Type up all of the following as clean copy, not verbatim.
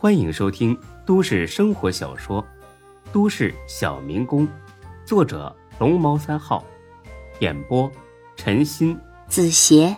欢迎收听都市生活小说《都市小民工》，作者龙猫3号，演播陈鑫、 子邪，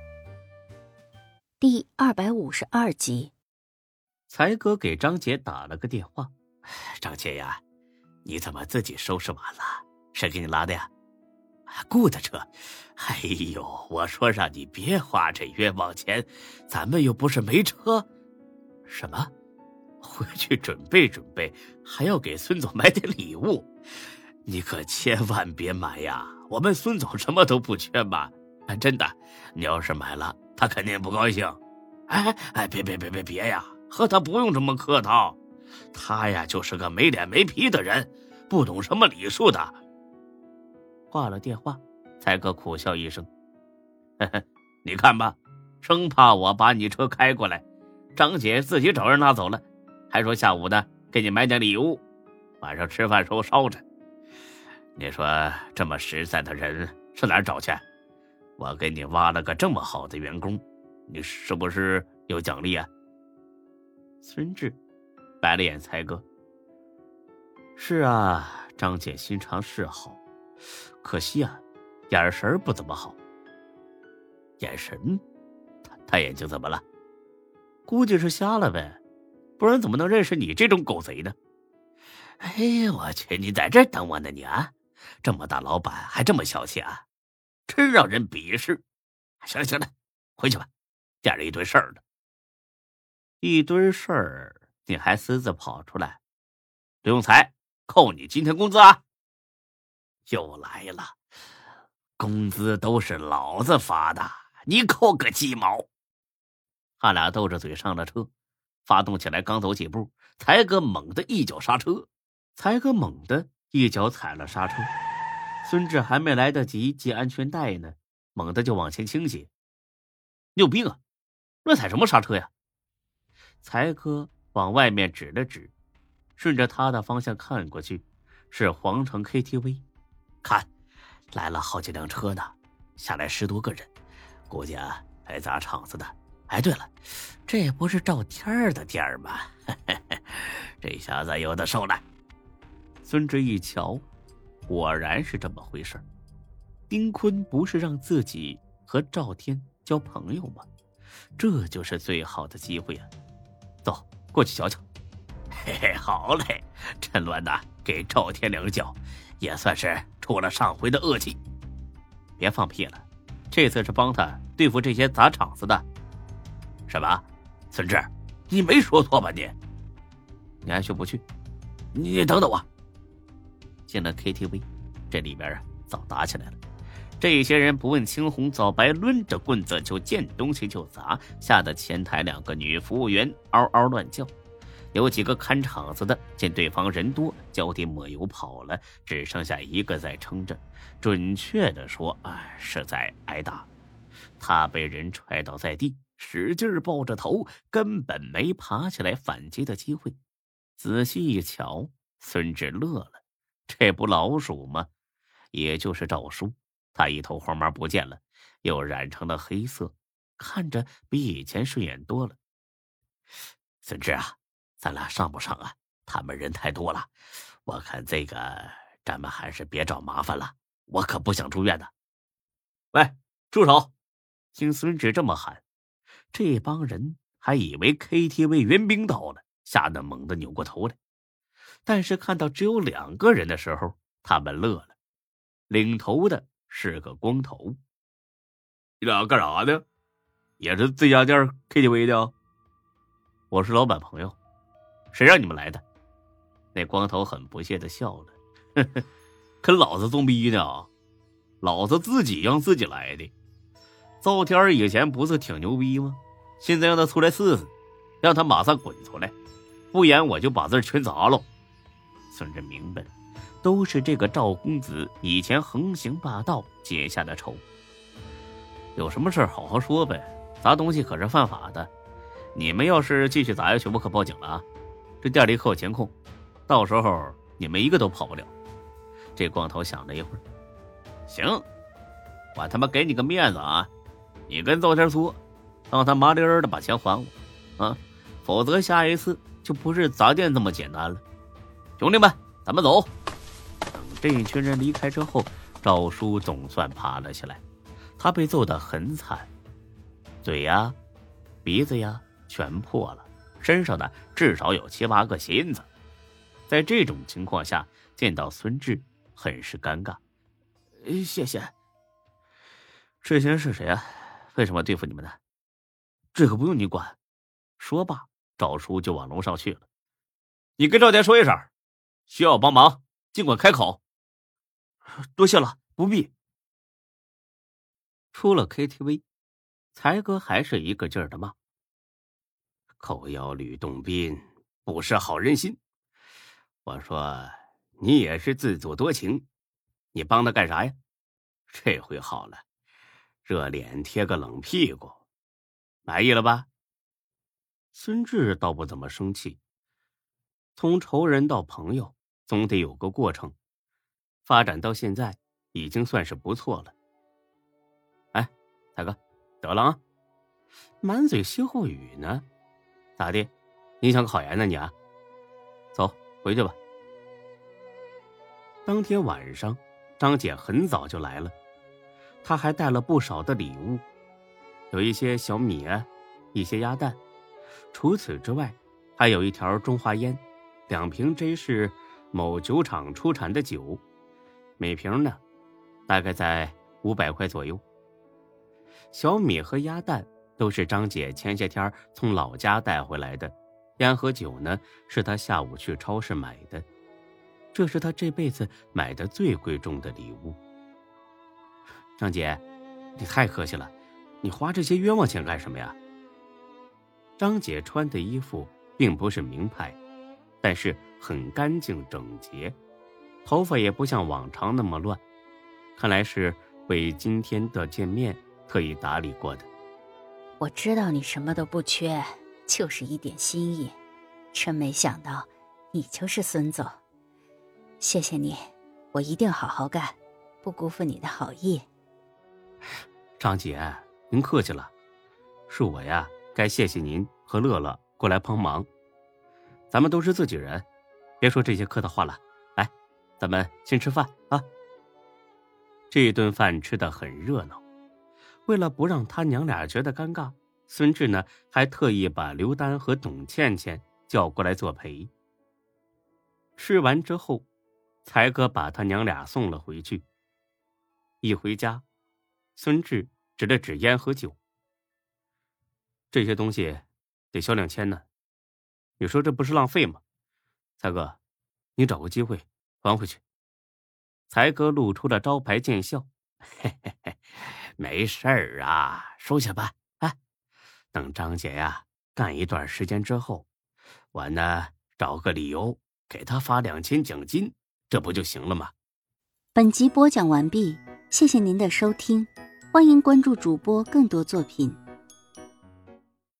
第252集。 才哥给张姐打了个电话：“张姐呀，你怎么自己收拾完了？谁给你拉的呀？”“雇的车。哎呦，我说让你别花这冤枉钱，咱们又不是没车。”“什么？回去准备准备，还要给孙总买点礼物？你可千万别买呀，我们孙总什么都不缺嘛。真的，你要是买了，他肯定不高兴。别呀，和他不用这么客套，他呀就是个没脸没皮的人，不懂什么礼数的。”挂了电话，才哥苦笑一声：“呵呵，你看吧，生怕我把你车开过来，张姐自己找人拿走了，还说下午呢给你买点礼物，晚上吃饭时候烧着。你说这么实在的人是哪儿找去？我给你挖了个这么好的员工，你是不是有奖励啊？”孙志白了眼才哥：“是啊，张姐心肠是好，可惜啊，眼神不怎么好。”“眼神？他眼睛怎么了？估计是瞎了呗，不然怎么能认识你这种狗贼呢？”“哎呀，我去，你在这等我呢你啊？这么大老板还这么小气啊，真让人鄙视。行了行了，回去吧，店里一堆事儿呢。”“一堆事儿你还私自跑出来？刘永才，扣你今天工资啊！”“又来了，工资都是老子发的，你扣个鸡毛！”他俩斗着嘴上了车，发动起来刚走几步，才哥猛地一脚刹车。才哥猛地一脚踩了刹车，孙志还没来得及系安全带呢，猛地就往前倾斜。“你有病啊，乱踩什么刹车呀？”才哥往外面指了指，顺着他的方向看过去，是皇城 KTV。看，来了好几辆车呢，下来10多个人，估计啊来砸场子的。哎，对了，这不是赵天的店吗？这小子有的受了。孙志一瞧，果然是这么回事。丁坤不是让自己和赵天交朋友吗？这就是最好的机会啊！走，过去瞧瞧。嘿嘿，好嘞，趁乱的给赵天2脚，也算是出了上回的恶气。别放屁了，这次是帮他对付这些砸场子的。什么？孙志，你没说错吧你？你爱去不去？你等等我。进了 KTV， 这里边早打起来了。这些人不问青红皂白，抡着棍子就见东西就砸，吓得前台2个女服务员嗷嗷乱叫。有几个看场子的见对方人多，脚底抹油跑了，只剩下1个在撑着。准确的说，是在挨打。他被人踹倒在地，使劲抱着头，根本没爬起来反击的机会。仔细一瞧，孙志乐了，这不老鼠吗？也就是赵叔，他一头黄毛不见了，又染成了黑色，看着比以前顺眼多了。“孙志啊，咱俩上不上啊？他们人太多了，我看这个咱们还是别找麻烦了，我可不想住院的。”“喂，住手！”听孙志这么喊，这帮人还以为 KTV 援兵到了，吓得猛地扭过头来。但是看到只有2个人的时候，他们乐了。领头的是个光头。“你俩干啥呢？也是这家店 KTV 的？”“我是老板朋友。”“谁让你们来的？”那光头很不屑地笑了。“呵呵，跟老子装逼呢？老子自己让自己来的。赵天以前不是挺牛逼吗？现在让他出来试试，让他马上滚出来，不然我就把这全砸了。”孙志明白了，都是这个赵公子以前横行霸道结下的仇。有什么事好好说呗，砸东西可是犯法的。你们要是继续砸下去，我可报警了啊！这店里可有监控，到时候你们一个都跑不了。”这光头想了一会儿：“行，我他妈给你个面子啊！你跟赵天说，让他麻利儿的把钱还我啊，否则下一次就不是砸店这么简单了。兄弟们，咱们走。等这一群人离开之后，赵叔总算爬了起来。他被揍得很惨，嘴呀、鼻子呀全破了，身上呢至少有7、8个芯子。在这种情况下，见到孙志很是尴尬。谢谢。这些人是谁啊？为什么对付你们呢？这个不用你管。说罢，赵叔就往楼上去了。你跟赵杰说一声，需要帮忙尽管开口。多谢了，不必。出了 KTV， 才哥还是一个劲儿的骂：扣腰吕洞宾，不识好人心。我说你也是自作多情，你帮他干啥呀？这回好了，热脸贴个冷屁股，满意了吧？孙志倒不怎么生气，从仇人到朋友总得有个过程，发展到现在已经算是不错了。哎，大哥，得了啊，满嘴歇后语呢，咋的？你想考研呢你啊？走，回去吧。当天晚上，张姐很早就来了，她还带了不少的礼物，有一些小米啊，一些鸭蛋。除此之外，还有一条中华烟，2瓶 J 市某酒厂出产的酒，每瓶呢大概在500块左右。小米和鸭蛋都是张姐前些天从老家带回来的，烟和酒呢是她下午去超市买的，这是她这辈子买的最贵重的礼物。张姐，你太客气了，你花这些冤枉钱干什么呀？张姐穿的衣服并不是名牌，但是很干净整洁，头发也不像往常那么乱，看来是为今天的见面特意打理过的。 我知道你什么都不缺，就是一点心意，真没想到你就是孙总。谢谢你，我一定好好干，不辜负你的好意。 张姐，您客气了，是我呀该谢谢您和乐乐过来帮忙，咱们都是自己人，别说这些客套话了。来，咱们先吃饭啊。这顿饭吃得很热闹，为了不让他娘俩觉得尴尬，孙志呢还特意把刘丹和董倩倩叫过来作陪。吃完之后，才哥把他娘俩送了回去。一回家，孙志指了指烟和酒，这些东西得销量签呢，你说这不是浪费吗？才哥，你找个机会还回去。才哥露出了招牌贱笑，嘿嘿嘿，没事儿啊，收下吧。啊，等张姐呀干一段时间之后，我呢找个理由给她发2000奖金，这不就行了吗？ 本集播讲完毕，谢谢您的收听，欢迎关注主播更多作品。